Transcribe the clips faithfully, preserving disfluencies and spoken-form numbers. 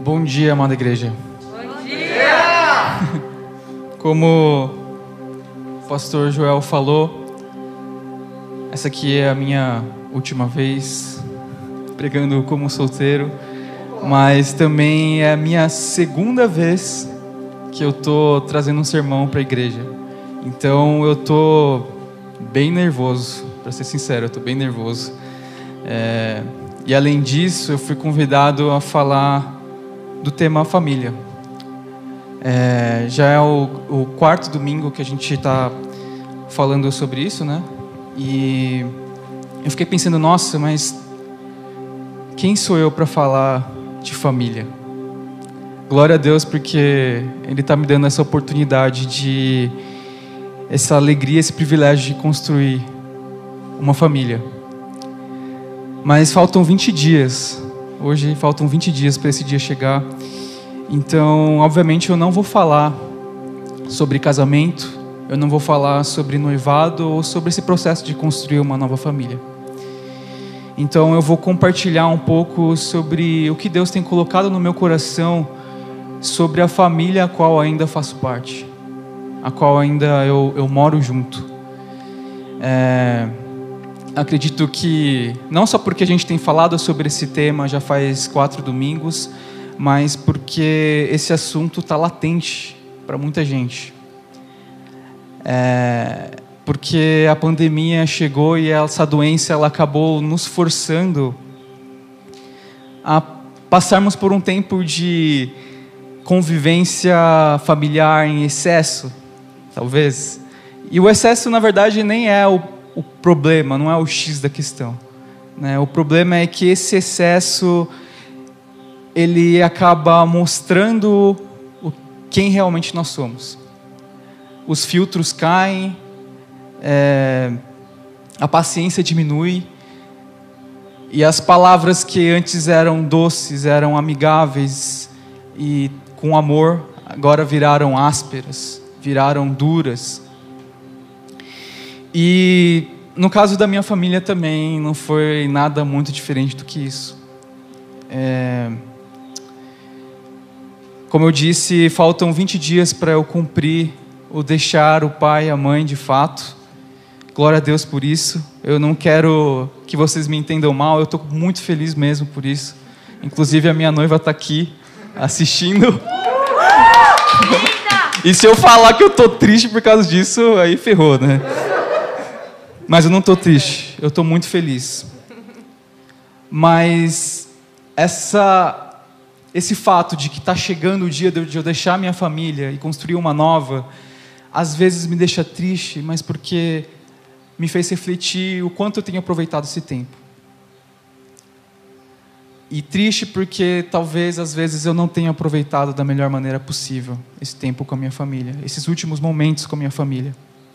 Bom dia, amada igreja. Bom dia! Como o pastor Joel falou, essa aqui é a minha última vez pregando como solteiro, mas também é a minha segunda vez que eu tô trazendo um sermão para a igreja. Então eu tô bem nervoso, para ser sincero, eu tô bem nervoso. É... E além disso, eu fui convidado a falar do tema família. É, já é o, o quarto domingo que a gente está falando sobre isso, né? E eu fiquei pensando, nossa, mas quem sou eu para falar de família? Glória a Deus, porque Ele está me dando essa oportunidade de, essa alegria, esse privilégio de construir uma família. Mas faltam vinte dias. Hoje faltam vinte dias para esse dia chegar. Então, obviamente, eu não vou falar sobre casamento, eu não vou falar sobre noivado ou sobre esse processo de construir uma nova família. Então, eu vou compartilhar um pouco sobre o que Deus tem colocado no meu coração sobre a família a qual ainda faço parte, a qual ainda eu, eu moro junto. É... Acredito que, não só porque a gente tem falado sobre esse tema já faz quatro domingos, mas porque esse assunto está latente para muita gente. É, porque a pandemia chegou e essa doença ela acabou nos forçando a passarmos por um tempo de convivência familiar em excesso, talvez. E o excesso, na verdade, nem é o O problema, não é o X da questão, né? O problema é que esse excesso ele acaba mostrando o, quem realmente nós somos. Os filtros caem, é, a paciência diminui e as palavras que antes eram doces, eram amigáveis e com amor, agora viraram ásperas, viraram duras. E no caso da minha família também não foi nada muito diferente do que isso. É... Como eu disse, faltam vinte dias para eu cumprir o deixar o pai e a mãe de fato. Glória a Deus por isso. Eu não quero que vocês me entendam mal, eu estou muito feliz mesmo por isso. Inclusive a minha noiva está aqui assistindo. E se eu falar que eu estou triste por causa disso, aí ferrou, né? Mas eu não estou triste, eu estou muito feliz. Mas essa, esse fato de que está chegando o dia de eu deixar minha família e construir uma nova, às vezes me deixa triste, mas porque me fez refletir o quanto eu tenho aproveitado esse tempo. E triste porque talvez às vezes eu não tenha aproveitado da melhor maneira possível esse tempo com a minha família, esses últimos momentos com a minha família.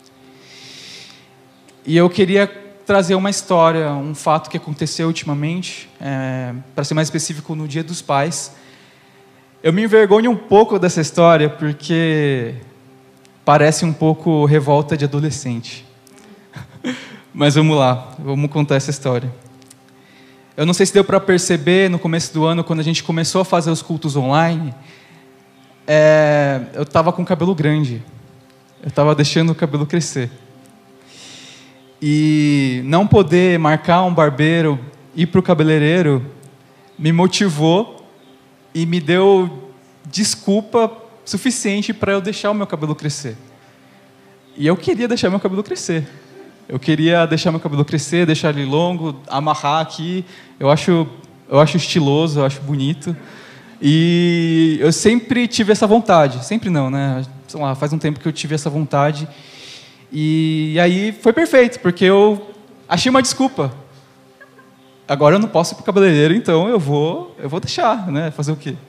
E eu queria trazer uma história, um fato que aconteceu ultimamente, é, para ser mais específico, no Dia dos Pais. Eu me envergonho um pouco dessa história, porque parece um pouco revolta de adolescente. Mas vamos lá, vamos contar essa história. Eu não sei se deu para perceber, no começo do ano, quando a gente começou a fazer os cultos online, é, eu estava com o cabelo grande. Eu estava deixando o cabelo crescer. E não poder marcar um barbeiro, ir para o cabeleireiro, me motivou e me deu desculpa suficiente para eu deixar o meu cabelo crescer. E eu queria deixar meu cabelo crescer. Eu queria deixar meu cabelo crescer, deixar ele longo, amarrar aqui. Eu acho, eu acho estiloso, eu acho bonito. E eu sempre tive essa vontade. Sempre não, né? Sei lá, faz um tempo que eu tive essa vontade. E aí foi perfeito, porque eu achei uma desculpa. Agora eu não posso ir para o cabeleireiro, então eu vou, eu vou deixar, né? Fazer o quê?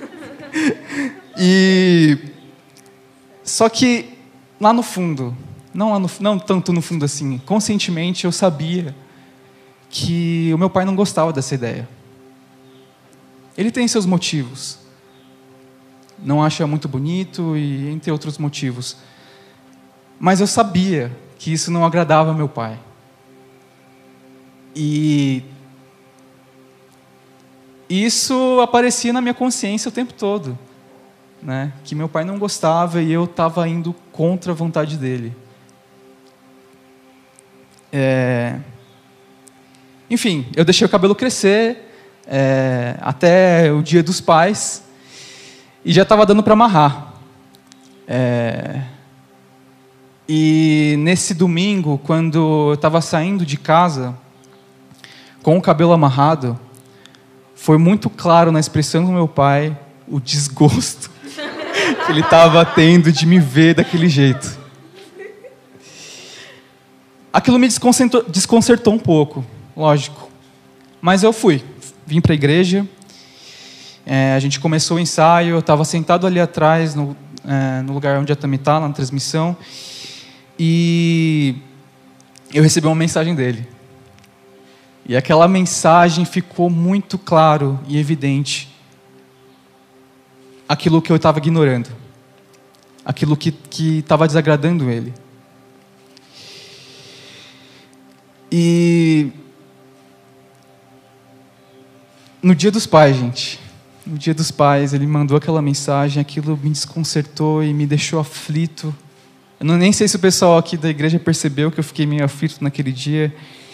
E só que lá no fundo, não, lá no, não tanto no fundo assim, conscientemente eu sabia que o meu pai não gostava dessa ideia. Ele tem seus motivos. Não acha muito bonito e entre outros motivos. Mas eu sabia que isso não agradava meu pai. E isso aparecia na minha consciência o tempo todo, né? Que meu pai não gostava e eu estava indo contra a vontade dele. É... Enfim, eu deixei o cabelo crescer é... até o dia dos pais e já estava dando para amarrar. É... E nesse domingo, quando eu estava saindo de casa com o cabelo amarrado, foi muito claro na expressão do meu pai o desgosto que ele estava tendo de me ver daquele jeito. Aquilo me desconcertou, desconcertou um pouco, lógico. Mas eu fui, vim para a igreja, é, a gente começou o ensaio, eu estava sentado ali atrás, no, é, no lugar onde a Tami está, na transmissão, e eu recebi uma mensagem dele. E aquela mensagem ficou muito claro e evidente aquilo que eu estava ignorando, aquilo que estava desagradando ele. E no dia dos pais, gente, no dia dos pais, ele mandou aquela mensagem, aquilo me desconcertou e me deixou aflito. Eu não, nem sei se o pessoal aqui da igreja percebeu que eu fiquei meio aflito naquele dia.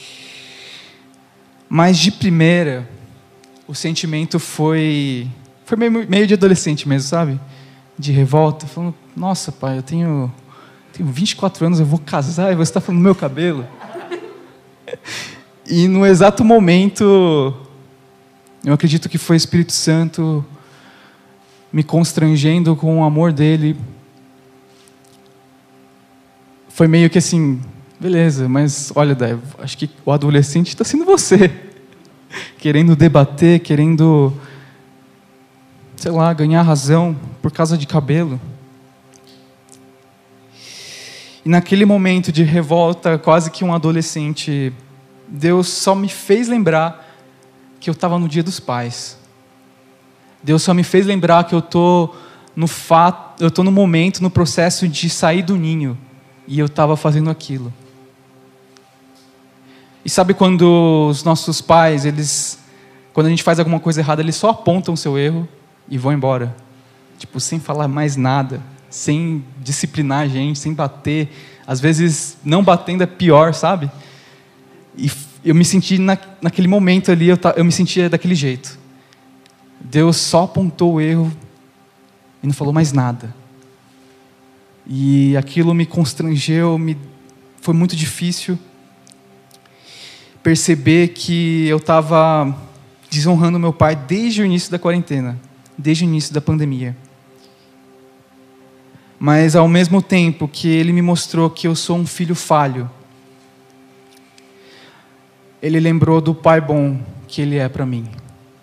Mas de primeira, o sentimento foi, foi meio, meio de adolescente mesmo, sabe? De revolta, falando, nossa pai, eu tenho, tenho vinte e quatro anos, eu vou casar e você está falando do meu cabelo? E no exato momento, eu acredito que foi o Espírito Santo me constrangendo com o amor dele. Foi meio que assim, beleza, mas olha, Dai, acho que o adolescente está sendo você. Querendo debater, querendo, sei lá, ganhar razão por causa de cabelo. E naquele momento de revolta, quase que um adolescente, Deus só me fez lembrar que eu estava no dia dos pais. Deus só me fez lembrar que eu estou no fato, eu estou no momento, no processo de sair do ninho. E eu estava fazendo aquilo. E sabe quando os nossos pais, eles, quando a gente faz alguma coisa errada, eles só apontam o seu erro e vão embora. Tipo, sem falar mais nada, sem disciplinar a gente, sem bater. Às vezes, não batendo é pior, sabe? E eu me senti, na, naquele momento ali, eu, eu me sentia daquele jeito. Deus só apontou o erro e não falou mais nada. E aquilo me constrangeu, me... foi muito difícil perceber que eu estava desonrando meu pai desde o início da quarentena, desde o início da pandemia. Mas ao mesmo tempo que ele me mostrou que eu sou um filho falho, ele lembrou do pai bom que ele é para mim.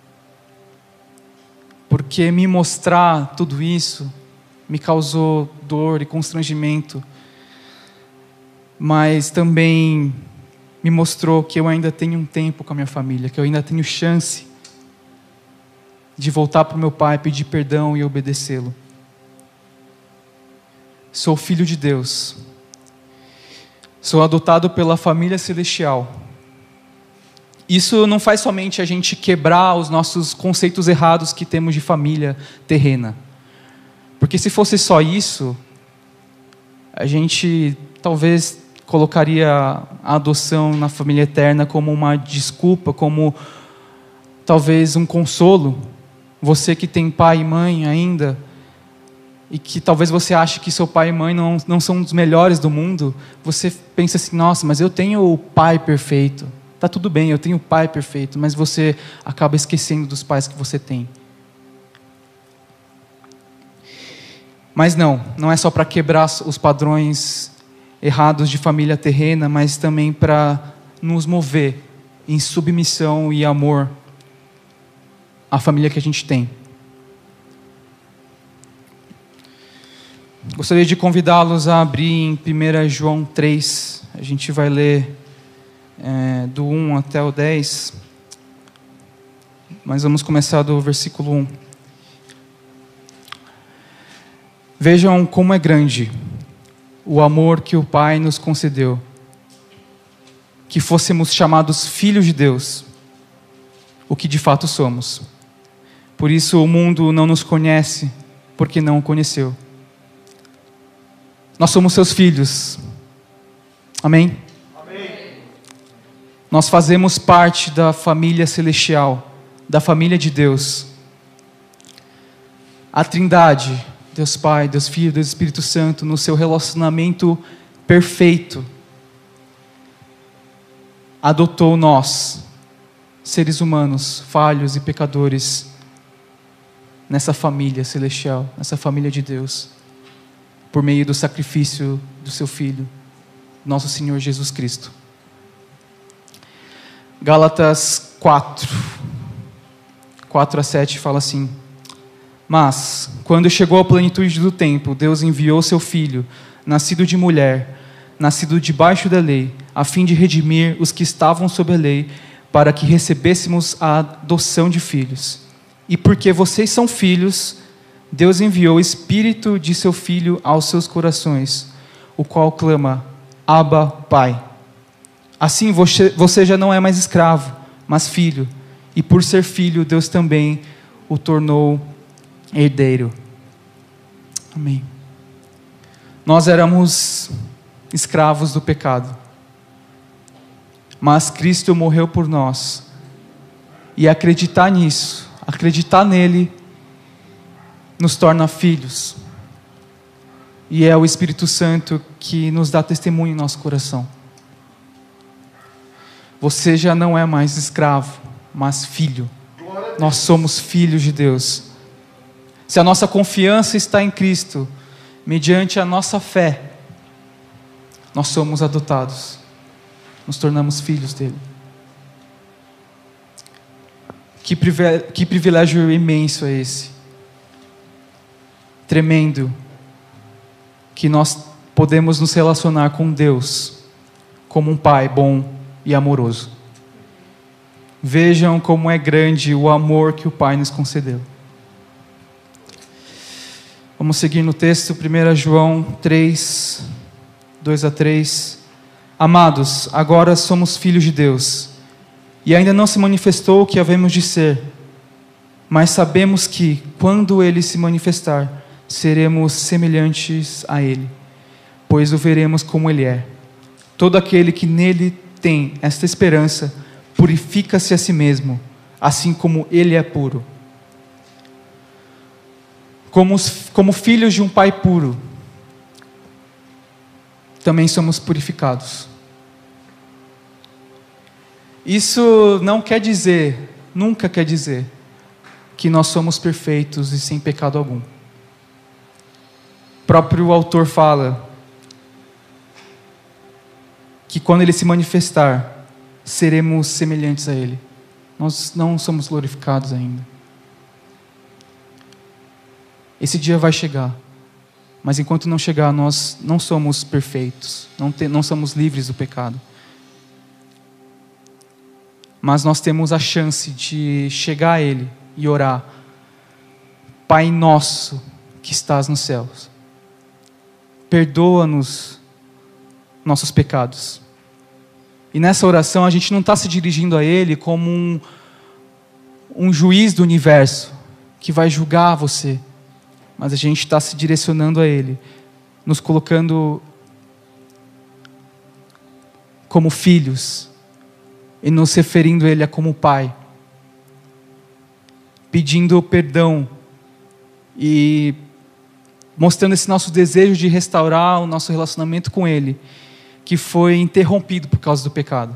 Porque me mostrar tudo isso me causou dor e constrangimento, mas também me mostrou que eu ainda tenho um tempo com a minha família, que eu ainda tenho chance de voltar para o meu pai, pedir perdão e obedecê-lo. Sou filho de Deus. Sou adotado pela família celestial. Isso não faz somente a gente quebrar os nossos conceitos errados que temos de família terrena. Porque se fosse só isso, a gente talvez colocaria a adoção na família eterna como uma desculpa, como talvez um consolo. Você que tem pai e mãe ainda, e que talvez você ache que seu pai e mãe não, não são os melhores do mundo, você pensa assim, nossa, mas eu tenho o pai perfeito. Tá tudo bem, eu tenho o pai perfeito, mas você acaba esquecendo dos pais que você tem. Mas não, não é só para quebrar os padrões errados de família terrena, mas também para nos mover em submissão e amor à família que a gente tem. Gostaria de convidá-los a abrir em primeira João três. A gente vai ler é, do um até o dez. Mas vamos começar do versículo um. Vejam como é grande o amor que o Pai nos concedeu, que fôssemos chamados filhos de Deus, o que de fato somos. Por isso o mundo não nos conhece, porque não o conheceu. Nós somos seus filhos. Amém? Amém. Nós fazemos parte da família celestial, da família de Deus. A Trindade, Deus Pai, Deus Filho, Deus Espírito Santo, no seu relacionamento perfeito, adotou nós, seres humanos, falhos e pecadores, nessa família celestial, nessa família de Deus, por meio do sacrifício do seu Filho, nosso Senhor Jesus Cristo. Gálatas quatro, quatro a sete fala assim: mas, quando chegou a plenitude do tempo, Deus enviou seu Filho, nascido de mulher, nascido debaixo da lei, a fim de redimir os que estavam sob a lei, para que recebêssemos a adoção de filhos. E porque vocês são filhos, Deus enviou o Espírito de seu Filho aos seus corações, o qual clama: Abba, Pai. Assim você, você já não é mais escravo, mas filho. E por ser filho, Deus também o tornou herdeiro. Amém. Nós éramos escravos do pecado, mas Cristo morreu por nós. E acreditar nisso, acreditar nele, nos torna filhos. E é o Espírito Santo que nos dá testemunho em nosso coração. Você já não é mais escravo, mas filho. Nós somos filhos de Deus. Se a nossa confiança está em Cristo, mediante a nossa fé, nós somos adotados. Nos tornamos filhos dele. Que privilégio, que privilégio imenso é esse. Tremendo. Que nós podemos nos relacionar com Deus como um Pai bom e amoroso. Vejam como é grande o amor que o Pai nos concedeu. Vamos seguir no texto, primeiro João três, dois a três. Amados, agora somos filhos de Deus, e ainda não se manifestou o que havemos de ser, mas sabemos que, quando Ele se manifestar, seremos semelhantes a Ele, pois o veremos como Ele é. Todo aquele que nele tem esta esperança, purifica-se a si mesmo, assim como Ele é puro. Como, os, como filhos de um Pai puro, também somos purificados. Isso não quer dizer, nunca quer dizer, que nós somos perfeitos e sem pecado algum. O próprio autor fala que quando Ele se manifestar, seremos semelhantes a Ele. Nós não somos glorificados ainda. Esse dia vai chegar, mas enquanto não chegar, nós não somos perfeitos, não, te, não somos livres do pecado. Mas nós temos a chance de chegar a Ele e orar: Pai nosso que estás nos céus, perdoa-nos nossos pecados. E nessa oração a gente não está se dirigindo a Ele como um, um juiz do universo que vai julgar você, mas a gente está se direcionando a Ele, nos colocando como filhos e nos referindo a Ele como Pai, pedindo perdão e mostrando esse nosso desejo de restaurar o nosso relacionamento com Ele, que foi interrompido por causa do pecado.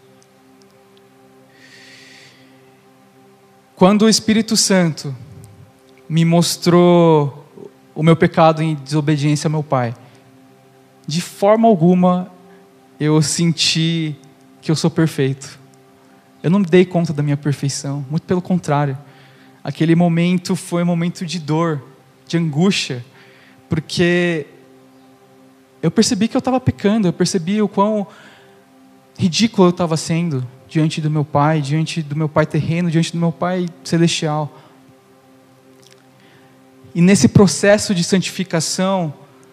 Quando o Espírito Santo me mostrou o meu pecado em desobediência ao meu Pai, de forma alguma eu senti que eu sou perfeito. Eu não me dei conta da minha perfeição, muito pelo contrário. Aquele momento foi um momento de dor, de angústia, porque eu percebi que eu estava pecando, eu percebi o quão ridículo eu estava sendo diante do meu Pai, diante do meu Pai terreno, diante do meu Pai celestial. E nesse processo de santificação,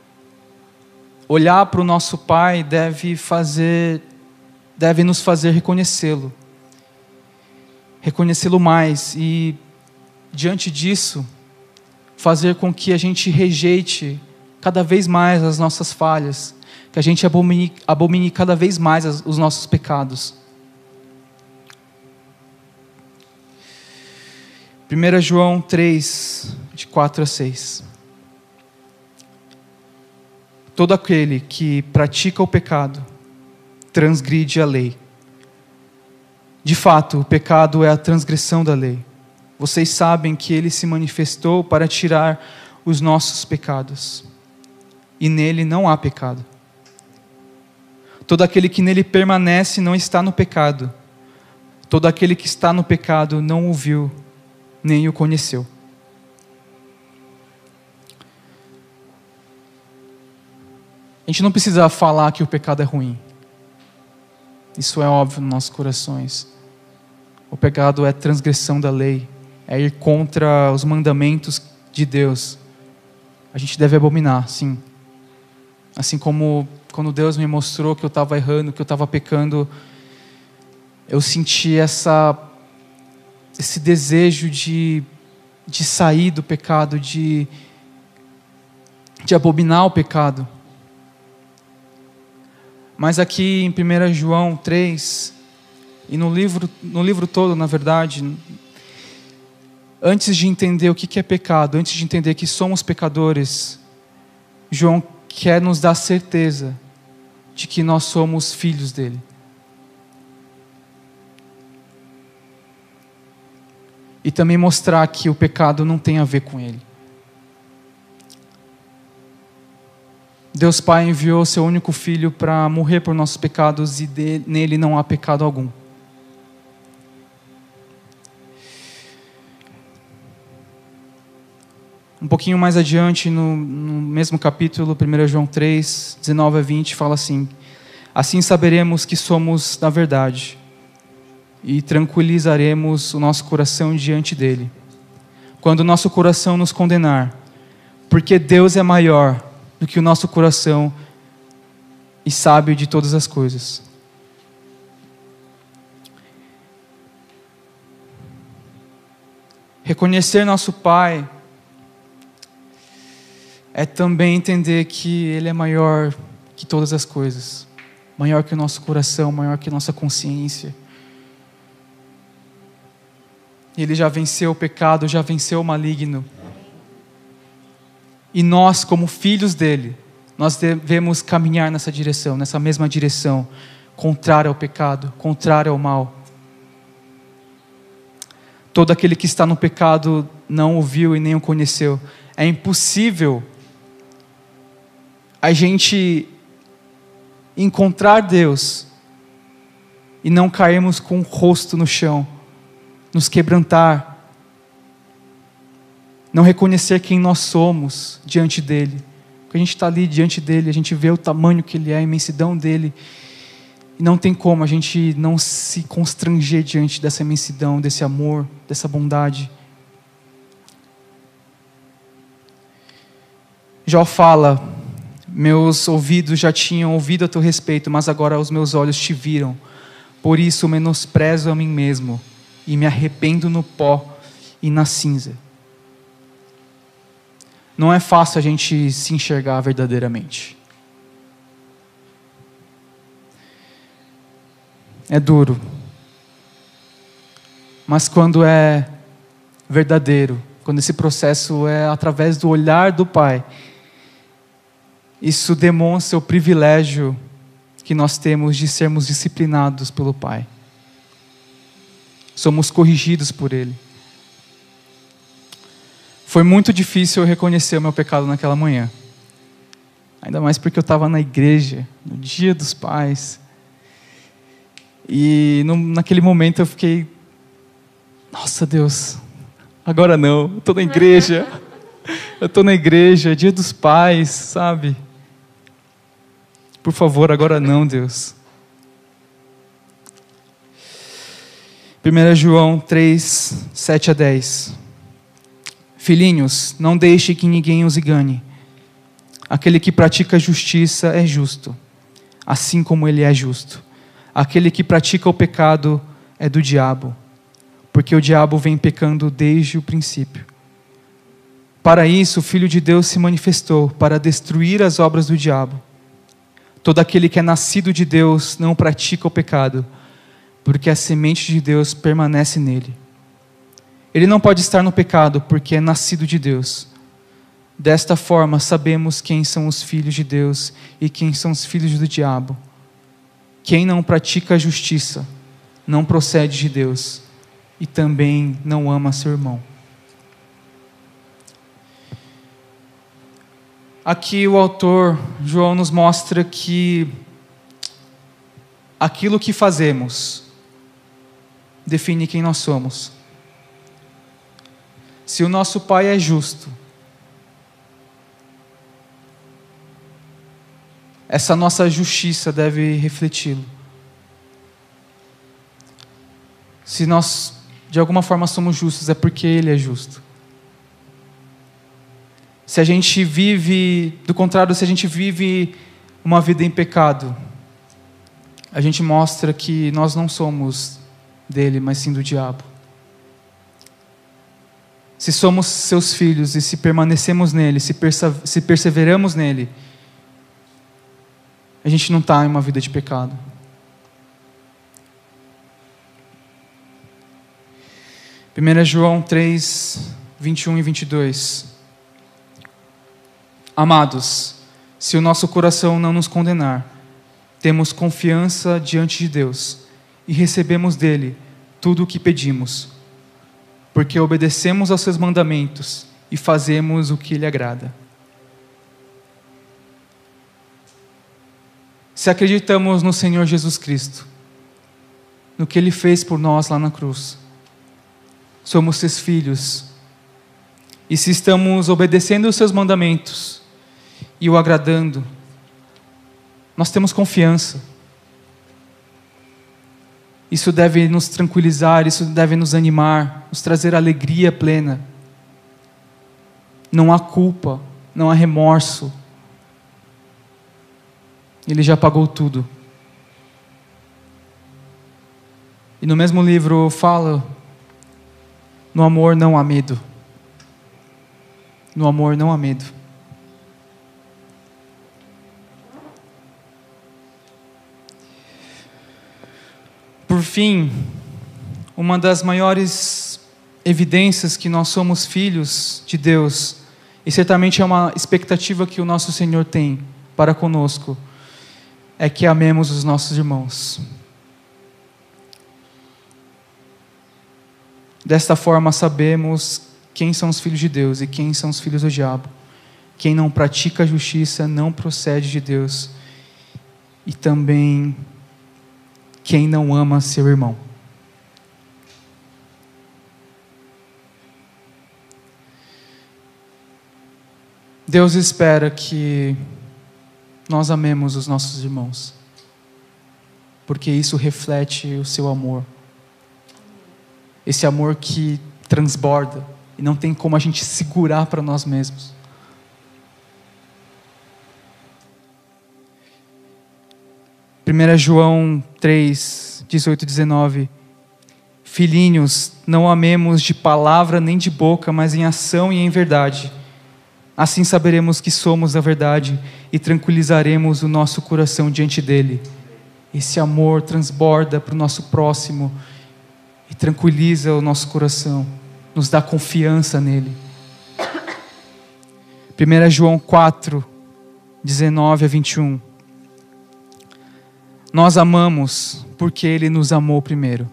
olhar para o nosso Pai deve fazer, deve nos fazer reconhecê-lo, reconhecê-lo mais e diante disso, fazer com que a gente rejeite cada vez mais as nossas falhas, que a gente abomine, abomine cada vez mais as, os nossos pecados. primeira João três, de quatro a seis. Todo aquele que pratica o pecado transgride a lei. De fato, o pecado é a transgressão da lei. Vocês sabem que ele se manifestou para tirar os nossos pecados. E nele não há pecado. Todo aquele que nele permanece não está no pecado. Todo aquele que está no pecado não o viu, nem o conheceu. A gente não precisa falar que o pecado é ruim. Isso é óbvio nos nossos corações. O pecado é transgressão da lei, é ir contra os mandamentos de Deus. A gente deve abominar, sim. Assim como quando Deus me mostrou que eu estava errando, que eu estava pecando, eu senti essa, esse desejo de, de sair do pecado, de, de abominar o pecado. Mas aqui em primeira João três, e no livro, no livro todo, na verdade, antes de entender o que é pecado, antes de entender que somos pecadores, João quer nos dar certeza de que nós somos filhos dele. E também mostrar que o pecado não tem a ver com ele. Deus Pai enviou seu único Filho para morrer por nossos pecados e de, nele não há pecado algum. Um pouquinho mais adiante, no, no mesmo capítulo, primeira João três, dezenove a vinte, fala assim: assim saberemos que somos da verdade e tranquilizaremos o nosso coração diante dele, quando o nosso coração nos condenar, porque Deus é maior do que o nosso coração e sabe de todas as coisas. Reconhecer nosso Pai é também entender que Ele é maior que todas as coisas, maior que o nosso coração, maior que a nossa consciência. Ele já venceu o pecado, já venceu o maligno. E nós, como filhos dele, nós devemos caminhar nessa direção, nessa mesma direção, contrária ao pecado, contrária ao mal. Todo aquele que está no pecado não o viu e nem o conheceu. É impossível a gente encontrar Deus e não cairmos com o rosto no chão, nos quebrantar, não reconhecer quem nós somos diante dele. Porque a gente está ali diante dele, a gente vê o tamanho que ele é, a imensidão dele, e não tem como a gente não se constranger diante dessa imensidão, desse amor, dessa bondade. Jó fala: meus ouvidos já tinham ouvido a teu respeito, mas agora os meus olhos te viram. Por isso menosprezo a mim mesmo e me arrependo no pó e na cinza. Não é fácil a gente se enxergar verdadeiramente. É duro. Mas quando é verdadeiro, quando esse processo é através do olhar do Pai, isso demonstra o privilégio que nós temos de sermos disciplinados pelo Pai. Somos corrigidos por Ele. Foi muito difícil eu reconhecer o meu pecado naquela manhã. Ainda mais porque eu estava na igreja, no Dia dos Pais. E no, naquele momento eu fiquei: nossa, Deus, agora não, eu estou na igreja. Eu estou na igreja, Dia dos Pais, sabe? Por favor, agora não, Deus. primeira João três, sete a dez. Filhinhos, não deixe que ninguém os engane. Aquele que pratica justiça é justo, assim como ele é justo. Aquele que pratica o pecado é do diabo, porque o diabo vem pecando desde o princípio. Para isso, o Filho de Deus se manifestou, para destruir as obras do diabo. Todo aquele que é nascido de Deus não pratica o pecado, porque a semente de Deus permanece nele. Ele não pode estar no pecado, porque é nascido de Deus. Desta forma, sabemos quem são os filhos de Deus e quem são os filhos do diabo. Quem não pratica a justiça, não procede de Deus, e também não ama seu irmão. Aqui o autor, João, nos mostra que aquilo que fazemos define quem nós somos. Se o nosso Pai é justo, essa nossa justiça deve refleti-lo. Se nós, de alguma forma, somos justos, é porque Ele é justo. Se a gente vive, do contrário, se a gente vive uma vida em pecado, a gente mostra que nós não somos dele, mas sim do diabo. Se somos seus filhos e se permanecemos nele, se, persa- se perseveramos nele, a gente não está em uma vida de pecado. primeiro João três, vinte e um e vinte e dois. Amados, se o nosso coração não nos condenar, temos confiança diante de Deus e recebemos dele tudo o que pedimos, porque obedecemos aos seus mandamentos e fazemos o que lhe agrada. Se acreditamos no Senhor Jesus Cristo, no que Ele fez por nós lá na cruz, somos seus filhos, e se estamos obedecendo os seus mandamentos e o agradando, nós temos confiança. Isso deve nos tranquilizar, isso deve nos animar, nos trazer alegria plena. Não há culpa, não há remorso. Ele já pagou tudo. E no mesmo livro fala: no amor não há medo. No amor não há medo. Por fim, uma das maiores evidências que nós somos filhos de Deus, e certamente é uma expectativa que o nosso Senhor tem para conosco, é que amemos os nossos irmãos. Desta forma sabemos quem são os filhos de Deus e quem são os filhos do diabo. Quem não pratica a justiça não procede de Deus, e também quem não ama seu irmão. Deus espera que nós amemos os nossos irmãos, porque isso reflete o seu amor. Esse amor que transborda e não tem como a gente segurar para nós mesmos. primeiro João três, dezoito e dezenove. Filhinhos, não amemos de palavra nem de boca, mas em ação e em verdade. Assim saberemos que somos a verdade e tranquilizaremos o nosso coração diante dele. Esse amor transborda para o nosso próximo e tranquiliza o nosso coração, nos dá confiança nele. primeiro João quatro, dezenove a vinte e um. Nós amamos porque Ele nos amou primeiro.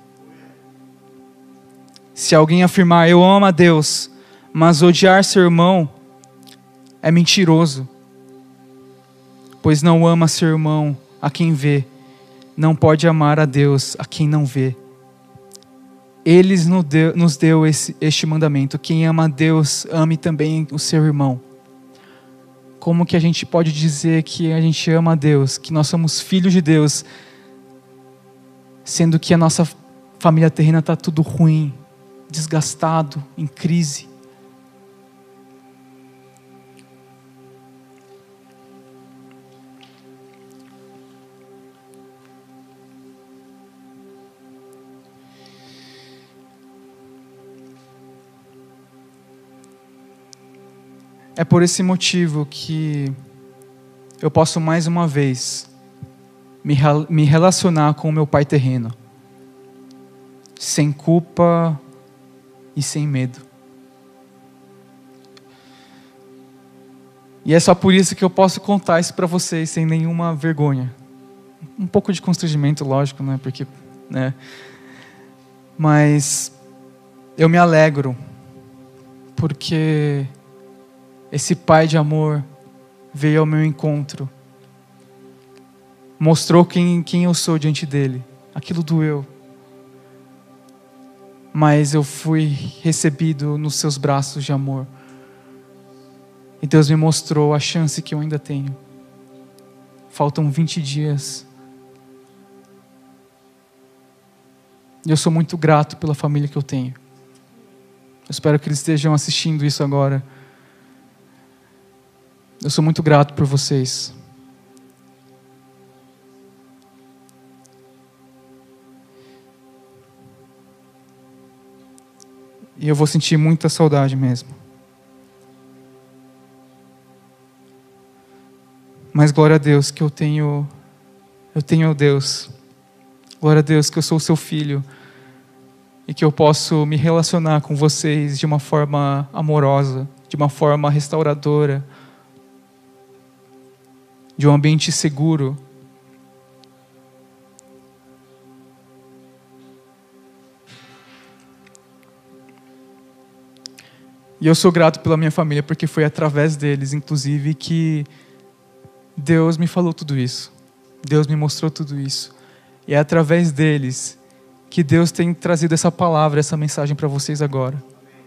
Se alguém afirmar, eu amo a Deus, mas odiar seu irmão, é mentiroso. Pois não ama seu irmão a quem vê, não pode amar a Deus a quem não vê. Ele nos deu, nos deu esse, este mandamento: quem ama a Deus, ame também o seu irmão. Como que a gente pode dizer que a gente ama a Deus, que nós somos filhos de Deus, sendo que a nossa família terrena está tudo ruim, desgastado, em crise? É por esse motivo que eu posso mais uma vez me, me relacionar com o meu Pai terreno, sem culpa e sem medo. E é só por isso que eu posso contar isso para vocês sem nenhuma vergonha. Um pouco de constrangimento, lógico, né? Porque, né? Mas eu me alegro porque esse Pai de amor veio ao meu encontro, mostrou quem, quem eu sou diante dele. Aquilo doeu, mas eu fui recebido nos seus braços de amor. E Deus me mostrou a chance que eu ainda tenho. Faltam vinte dias. E eu sou muito grato pela família que eu tenho. Eu espero que eles estejam assistindo isso agora. Eu sou muito grato por vocês. E eu vou sentir muita saudade mesmo. Mas glória a Deus que eu tenho, eu tenho Deus. Glória a Deus que eu sou o seu filho e que eu posso me relacionar com vocês de uma forma amorosa, de uma forma restauradora, de um ambiente seguro. E eu sou grato pela minha família, porque foi através deles, inclusive, que Deus me falou tudo isso. Deus me mostrou tudo isso. E é através deles que Deus tem trazido essa palavra, essa mensagem para vocês agora.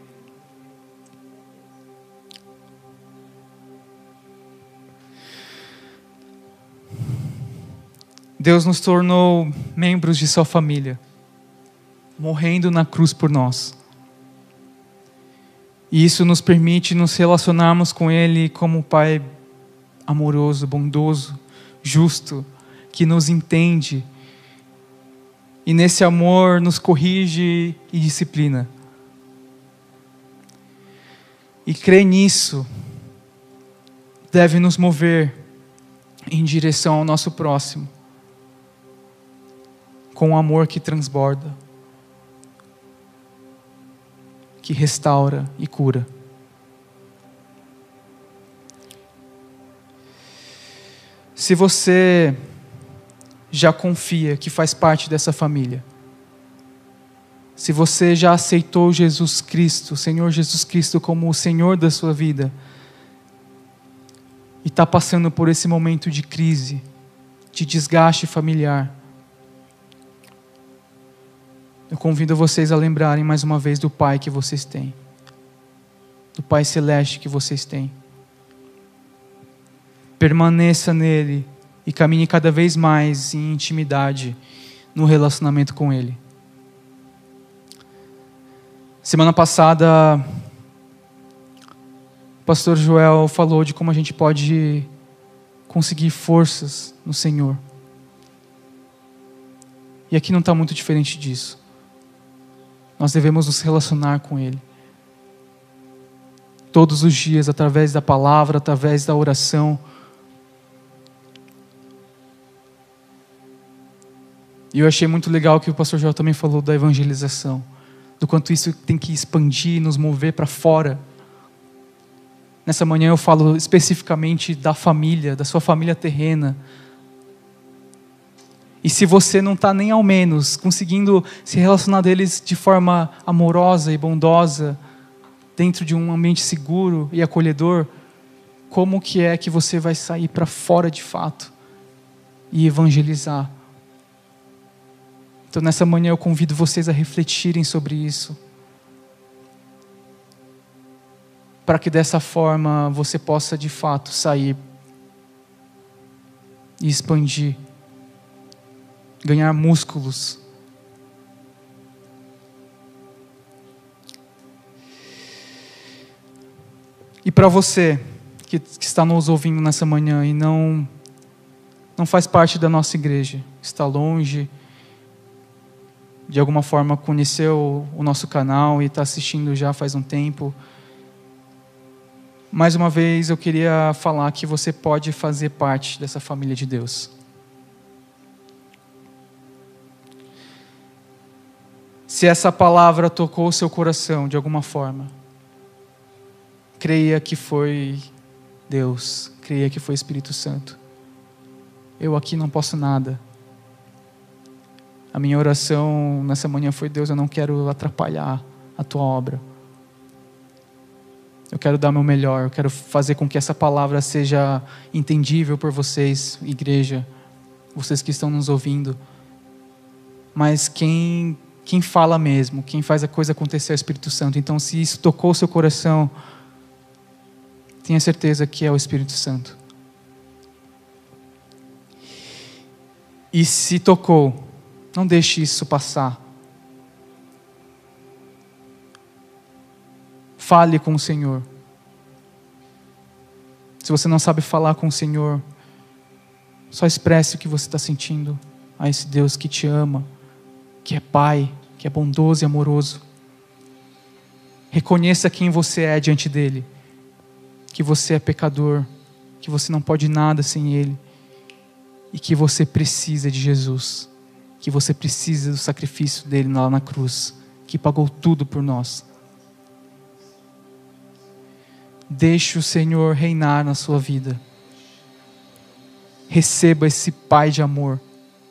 Deus nos tornou membros de sua família, morrendo na cruz por nós. E isso nos permite nos relacionarmos com Ele como Pai amoroso, bondoso, justo, que nos entende. E nesse amor nos corrige e disciplina. E crer nisso deve nos mover em direção ao nosso próximo, com um amor que transborda, que restaura e cura. Se você já confia que faz parte dessa família, se você já aceitou Jesus Cristo, Senhor Jesus Cristo, como o Senhor da sua vida, e está passando por esse momento de crise, de desgaste familiar, eu convido vocês a lembrarem mais uma vez do Pai que vocês têm, do Pai Celeste que vocês têm. Permaneça nele e caminhe cada vez mais em intimidade no relacionamento com Ele. Semana passada, o pastor Joel falou de como a gente pode conseguir forças no Senhor. E aqui não está muito diferente disso. Nós devemos nos relacionar com Ele. Todos os dias, através da palavra, através da oração. E eu achei muito legal que o pastor Joel também falou da evangelização, do quanto isso tem que expandir, nos mover para fora. Nessa manhã eu falo especificamente da família, da sua família terrena. E se você não está nem ao menos conseguindo se relacionar deles de forma amorosa e bondosa, dentro de um ambiente seguro e acolhedor, como que é que você vai sair para fora de fato e evangelizar? Então nessa manhã eu convido vocês a refletirem sobre isso, para que dessa forma você possa de fato sair e expandir, ganhar músculos. E para você que, que está nos ouvindo nessa manhã e não, não faz parte da nossa igreja, está longe, de alguma forma conheceu o nosso canal e está assistindo já faz um tempo, mais uma vez eu queria falar que você pode fazer parte dessa família de Deus. Se essa palavra tocou o seu coração de alguma forma, creia que foi Deus, creia que foi Espírito Santo. Eu aqui não posso nada. A minha oração nessa manhã foi: Deus, eu não quero atrapalhar a tua obra. Eu quero dar meu melhor, eu quero fazer com que essa palavra seja entendível por vocês, igreja, vocês que estão nos ouvindo. Mas quem, quem fala mesmo, quem faz a coisa acontecer é o Espírito Santo. Então, se isso tocou o seu coração, tenha certeza que é o Espírito Santo. E se tocou, não deixe isso passar. Fale com o Senhor. Se você não sabe falar com o Senhor, só expresse o que você está sentindo a esse Deus que te ama, que é Pai, que é bondoso e amoroso. Reconheça quem você é diante dEle, que você é pecador, que você não pode nada sem Ele, e que você precisa de Jesus, que você precisa do sacrifício dEle lá na cruz, que pagou tudo por nós. Deixe o Senhor reinar na sua vida. Receba esse Pai de amor.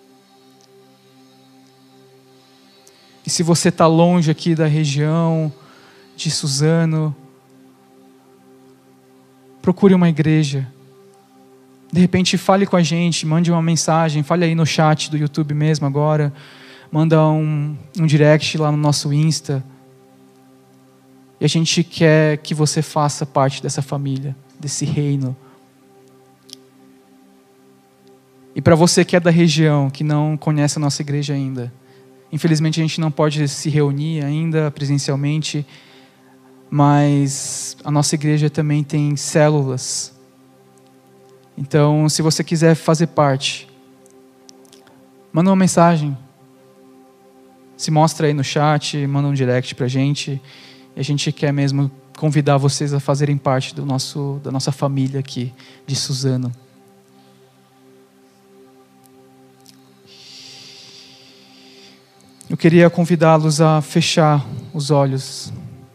E se você está longe aqui da região de Suzano, procure uma igreja. De repente fale com a gente, mande uma mensagem, fale aí no chat do YouTube mesmo agora, manda um, um direct lá no nosso Insta. E a gente quer que você faça parte dessa família, desse reino. E para você que é da região, que não conhece a nossa igreja ainda, infelizmente a gente não pode se reunir ainda presencialmente, mas a nossa igreja também tem células. Então, se você quiser fazer parte, manda uma mensagem, se mostra aí no chat, manda um direct para a gente. E a gente quer mesmo convidar vocês a fazerem parte do nosso, da nossa família aqui de Suzano. Eu queria convidá-los a fechar os olhos.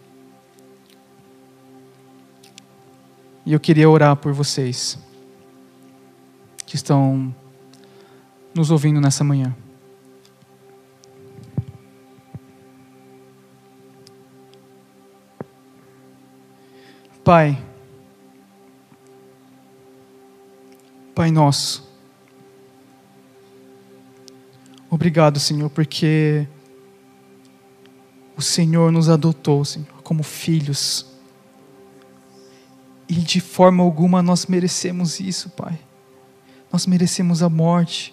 E eu queria orar por vocês que estão nos ouvindo nessa manhã. Pai, Pai nosso, obrigado, Senhor, porque o Senhor nos adotou, Senhor, como filhos. E de forma alguma nós merecemos isso, Pai. Nós merecemos a morte.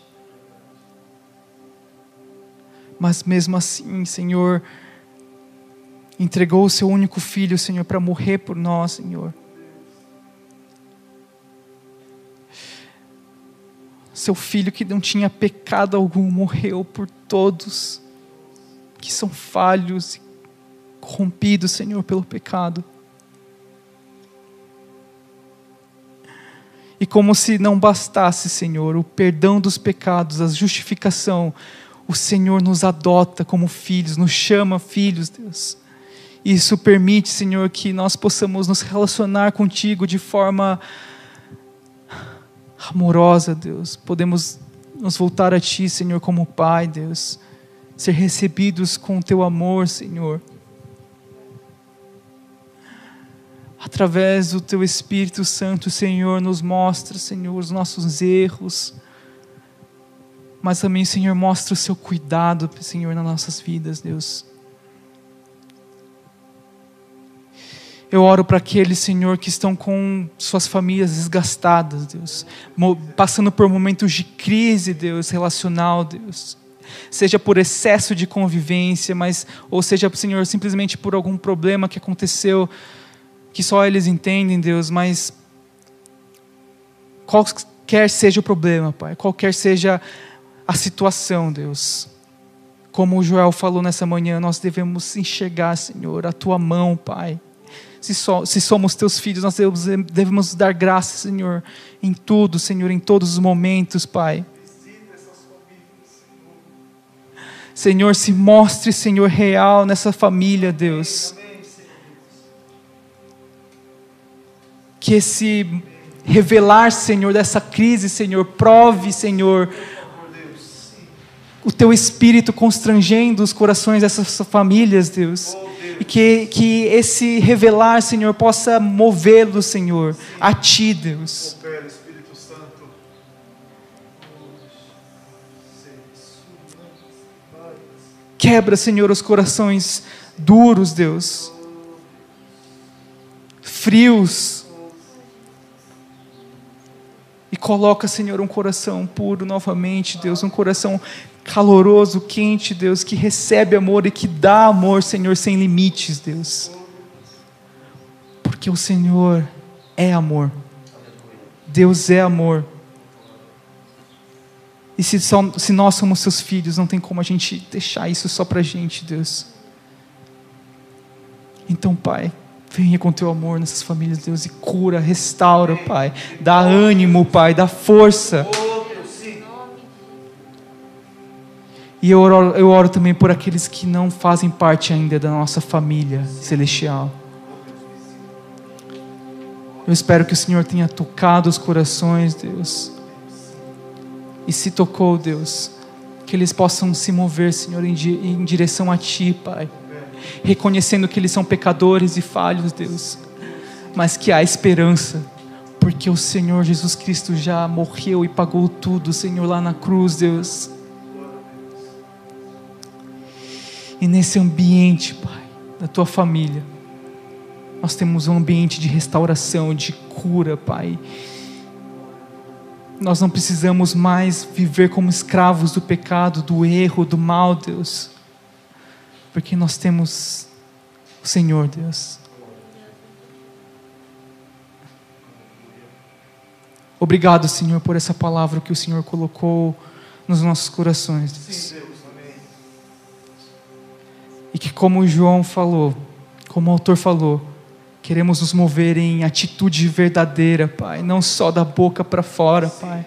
Mas mesmo assim, Senhor, entregou o seu único filho, Senhor, para morrer por nós, Senhor. Seu filho que não tinha pecado algum, morreu por todos que são falhos e corrompidos, Senhor, pelo pecado. E como se não bastasse, Senhor, o perdão dos pecados, a justificação, o Senhor nos adota como filhos, nos chama filhos, Deus. Isso permite, Senhor, que nós possamos nos relacionar contigo de forma amorosa, Deus. Podemos nos voltar a Ti, Senhor, como Pai, Deus. Ser recebidos com o Teu amor, Senhor. Através do Teu Espírito Santo, Senhor, nos mostra, Senhor, os nossos erros. Mas também, Senhor, mostra o Seu cuidado, Senhor, nas nossas vidas, Deus. Eu oro para aqueles, Senhor, que estão com suas famílias desgastadas, Deus. Passando por momentos de crise, Deus, relacional, Deus. Seja por excesso de convivência, mas, ou seja, Senhor, simplesmente por algum problema que aconteceu, que só eles entendem, Deus, mas qualquer seja o problema, Pai, qualquer seja a situação, Deus. Como o Joel falou nessa manhã, nós devemos enxergar, Senhor, a Tua mão, Pai. Se, so, se somos teus filhos, nós devemos dar graça, Senhor, em tudo, Senhor, em todos os momentos, Pai. Senhor, se mostre, Senhor, real nessa família, Deus. Que esse revelar, Senhor, dessa crise, Senhor, prove, Senhor, o Teu Espírito constrangendo os corações dessas famílias, Deus. E que, que esse revelar, Senhor, possa movê-los, Senhor, a Ti, Deus. Quebra, Senhor, os corações duros, Deus. Frios. E coloca, Senhor, um coração puro novamente, Deus. Um coração caloroso, quente, Deus, que recebe amor e que dá amor, Senhor, sem limites, Deus. Porque o Senhor é amor. Deus é amor. E se, só, se nós somos seus filhos, não tem como a gente deixar isso só pra gente, Deus. Então, Pai, venha com teu amor nessas famílias, Deus, e cura, restaura, Pai. Dá ânimo, Pai, dá força. E eu oro, eu oro também por aqueles que não fazem parte ainda da nossa família celestial. Eu espero que o Senhor tenha tocado os corações, Deus. E se tocou, Deus, que eles possam se mover, Senhor, em, di- em direção a Ti, Pai. Reconhecendo que eles são pecadores e falhos, Deus. Mas que há esperança. Porque o Senhor Jesus Cristo já morreu e pagou tudo, Senhor, lá na cruz, Deus. E nesse ambiente, Pai, da Tua família, nós temos um ambiente de restauração, de cura, Pai. Nós não precisamos mais viver como escravos do pecado, do erro, do mal, Deus. Porque nós temos o Senhor, Deus. Obrigado, Senhor, por essa palavra que o Senhor colocou nos nossos corações, Deus. Sim, Deus. Amém. E que, como o João falou, como o autor falou, queremos nos mover em atitude verdadeira, Pai, não só da boca para fora, Pai.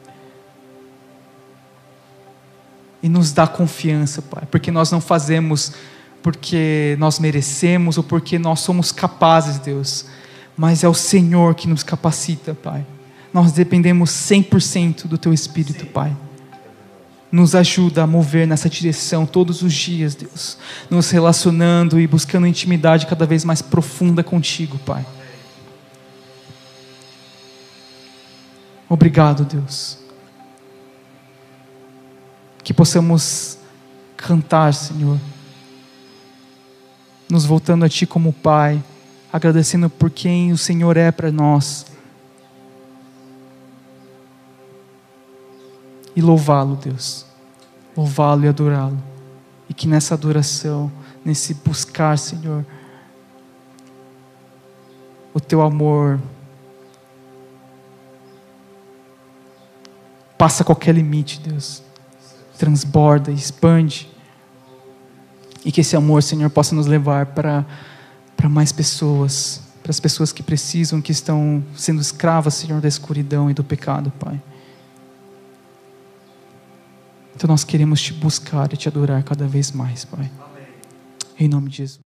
E nos dá confiança, Pai, porque nós não fazemos porque nós merecemos ou porque nós somos capazes, Deus, mas é o Senhor que nos capacita, Pai. Nós dependemos cem por cento do Teu Espírito, Pai. Nos ajuda a mover nessa direção todos os dias, Deus. Nos relacionando e buscando intimidade cada vez mais profunda contigo, Pai. Obrigado, Deus. Que possamos cantar, Senhor. Nos voltando a Ti como Pai. Agradecendo por quem o Senhor é para nós. E louvá-lo, Deus. Louvá-lo e adorá-lo. E que nessa adoração, nesse buscar, Senhor, o Teu amor passa qualquer limite, Deus. Transborda, expande. E que esse amor, Senhor, possa nos levar para, para mais pessoas. Para as pessoas que precisam, que estão sendo escravas, Senhor, da escuridão e do pecado, Pai. Então nós queremos Te buscar e Te adorar cada vez mais, Pai. Amém. Em nome de Jesus.